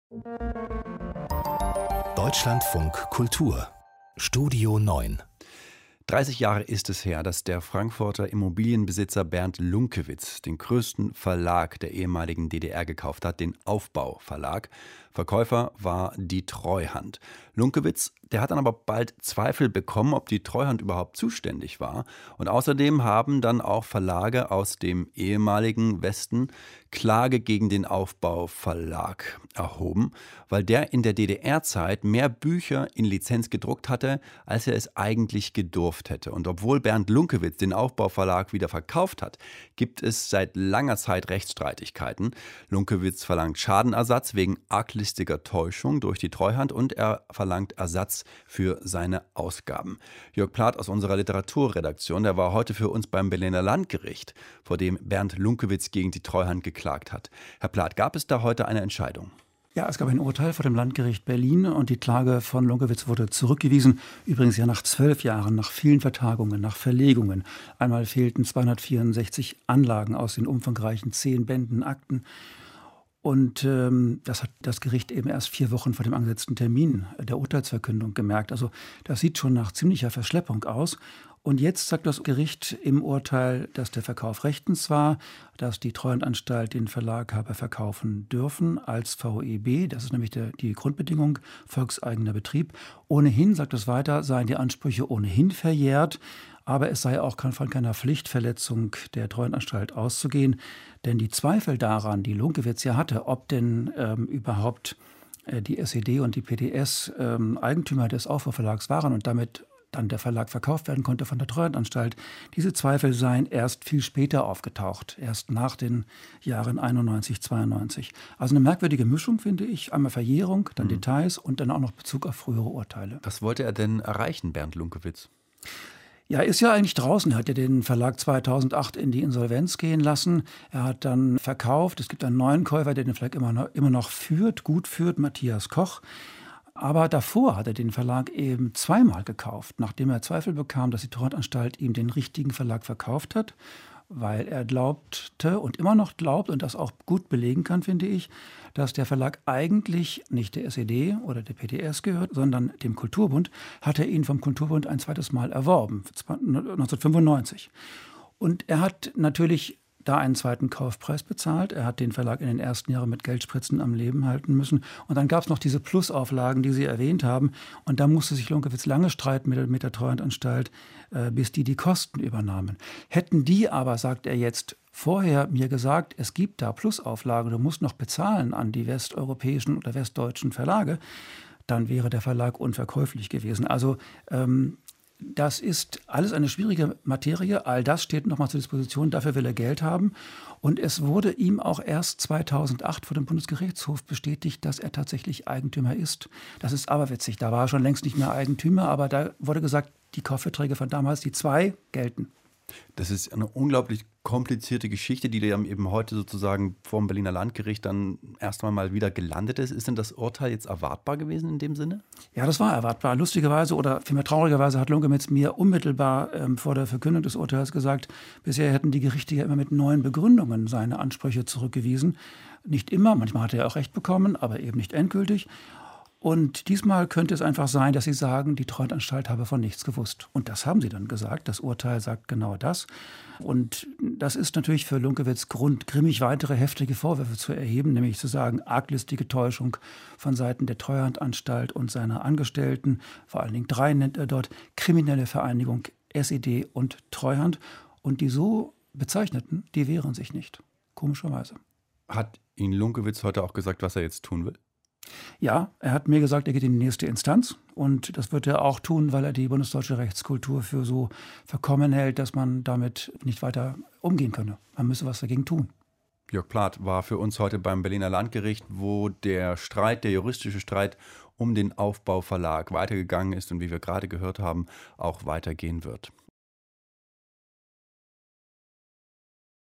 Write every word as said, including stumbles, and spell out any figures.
Deutschlandfunk Kultur Studio neun. dreißig Jahre ist es her, dass der Frankfurter Immobilienbesitzer Bernd Lunkewitz den größten Verlag der ehemaligen D D R gekauft hat, den Aufbau Verlag. Verkäufer war die Treuhand. Lunkewitz, der hat dann aber bald Zweifel bekommen, ob die Treuhand überhaupt zuständig war. Und außerdem haben dann auch Verlage aus dem ehemaligen Westen Klage gegen den Aufbau Verlag erhoben, weil der in der D D R-Zeit mehr Bücher in Lizenz gedruckt hatte, als er es eigentlich gedurft hätte. Und obwohl Bernd Lunkewitz den Aufbau Verlag wieder verkauft hat, gibt es seit langer Zeit Rechtsstreitigkeiten. Lunkewitz verlangt Schadenersatz wegen arglistiger Täuschung durch die Treuhand und er verlangt Ersatz für seine Ausgaben. Jörg Plath aus unserer Literaturredaktion, der war heute für uns beim Berliner Landgericht, vor dem Bernd Lunkewitz gegen die Treuhand geklagt hat. Herr Plath, gab es da heute eine Entscheidung? Ja, es gab ein Urteil vor dem Landgericht Berlin und die Klage von Lunkewitz wurde zurückgewiesen. Übrigens ja nach zwölf Jahren, nach vielen Vertagungen, nach Verlegungen. Einmal fehlten zweihundertvierundsechzig Anlagen aus den umfangreichen zehn Bänden Akten. Und ähm, das hat das Gericht eben erst vier Wochen vor dem angesetzten Termin der Urteilsverkündung gemerkt. Also das sieht schon nach ziemlicher Verschleppung aus. Und jetzt sagt das Gericht im Urteil, dass der Verkauf rechtens war, dass die Treuhandanstalt den Verlag habe verkaufen dürfen als V E B. Das ist nämlich der, die Grundbedingung, volkseigener Betrieb. Ohnehin, sagt es weiter, seien die Ansprüche ohnehin verjährt. Aber es sei auch von keiner Pflichtverletzung der Treuhandanstalt auszugehen. Denn die Zweifel daran, die Lunkewitz ja hatte, ob denn ähm, überhaupt äh, die S E D und die P D S ähm, Eigentümer des Aufbauverlags waren und damit dann der Verlag verkauft werden konnte von der Treuhandanstalt. Diese Zweifel seien erst viel später aufgetaucht, erst nach den Jahren einundneunzig, zweiundneunzig. Also eine merkwürdige Mischung, finde ich. Einmal Verjährung, dann mhm. Details und dann auch noch Bezug auf frühere Urteile. Was wollte er denn erreichen, Bernd Lunkewitz? Ja, er ist ja eigentlich draußen. Er hat ja den Verlag zweitausendacht in die Insolvenz gehen lassen. Er hat dann verkauft. Es gibt einen neuen Käufer, der den Verlag immer noch, immer noch führt, gut führt, Matthias Koch. Aber davor hat er den Verlag eben zweimal gekauft, nachdem er Zweifel bekam, dass die Treuhandanstalt ihm den richtigen Verlag verkauft hat, weil er glaubte und immer noch glaubt und das auch gut belegen kann, finde ich, dass der Verlag eigentlich nicht der S E D oder der P D S gehört, sondern dem Kulturbund, hat er ihn vom Kulturbund ein zweites Mal erworben, neunzehnhundertfünfundneunzig. Und er hat natürlich da einen zweiten Kaufpreis bezahlt. Er hat den Verlag in den ersten Jahren mit Geldspritzen am Leben halten müssen. Und dann gab es noch diese Plusauflagen, die Sie erwähnt haben. Und da musste sich Lunkewitz lange streiten mit der, mit der Treuhandanstalt, äh, bis die die Kosten übernahmen. Hätten die aber, sagt er jetzt, vorher mir gesagt, es gibt da Plusauflagen, du musst noch bezahlen an die westeuropäischen oder westdeutschen Verlage, dann wäre der Verlag unverkäuflich gewesen. Also ähm, das ist alles eine schwierige Materie. All das steht nochmal zur Disposition. Dafür will er Geld haben. Und es wurde ihm auch erst zweitausendacht vor dem Bundesgerichtshof bestätigt, dass er tatsächlich Eigentümer ist. Das ist aberwitzig. Da war er schon längst nicht mehr Eigentümer. Aber da wurde gesagt, die Kaufverträge von damals, die zwei, gelten. Das ist eine unglaublich komplizierte Geschichte, die dann eben heute sozusagen vor dem Berliner Landgericht dann erst einmal wieder gelandet ist. Ist denn das Urteil jetzt erwartbar gewesen in dem Sinne? Ja, das war erwartbar. Lustigerweise oder vielmehr traurigerweise hat Lunkewitz mir unmittelbar ähm, vor der Verkündung des Urteils gesagt, bisher hätten die Gerichte ja immer mit neuen Begründungen seine Ansprüche zurückgewiesen. Nicht immer, manchmal hat er auch recht bekommen, aber eben nicht endgültig. Und diesmal könnte es einfach sein, dass sie sagen, die Treuhandanstalt habe von nichts gewusst. Und das haben sie dann gesagt. Das Urteil sagt genau das. Und das ist natürlich für Lunkewitz Grund, grimmig weitere heftige Vorwürfe zu erheben, nämlich zu sagen, arglistige Täuschung von Seiten der Treuhandanstalt und seiner Angestellten, vor allen Dingen drei nennt er dort, kriminelle Vereinigung, S E D und Treuhand. Und die so bezeichneten, die wehren sich nicht, komischerweise. Hat Ihnen Lunkewitz heute auch gesagt, was er jetzt tun will? Ja, er hat mir gesagt, er geht in die nächste Instanz und das wird er auch tun, weil er die bundesdeutsche Rechtskultur für so verkommen hält, dass man damit nicht weiter umgehen könne. Man müsse was dagegen tun. Jörg Plath war für uns heute beim Berliner Landgericht, wo der Streit, der juristische Streit um den Aufbau Verlag weitergegangen ist und wie wir gerade gehört haben, auch weitergehen wird.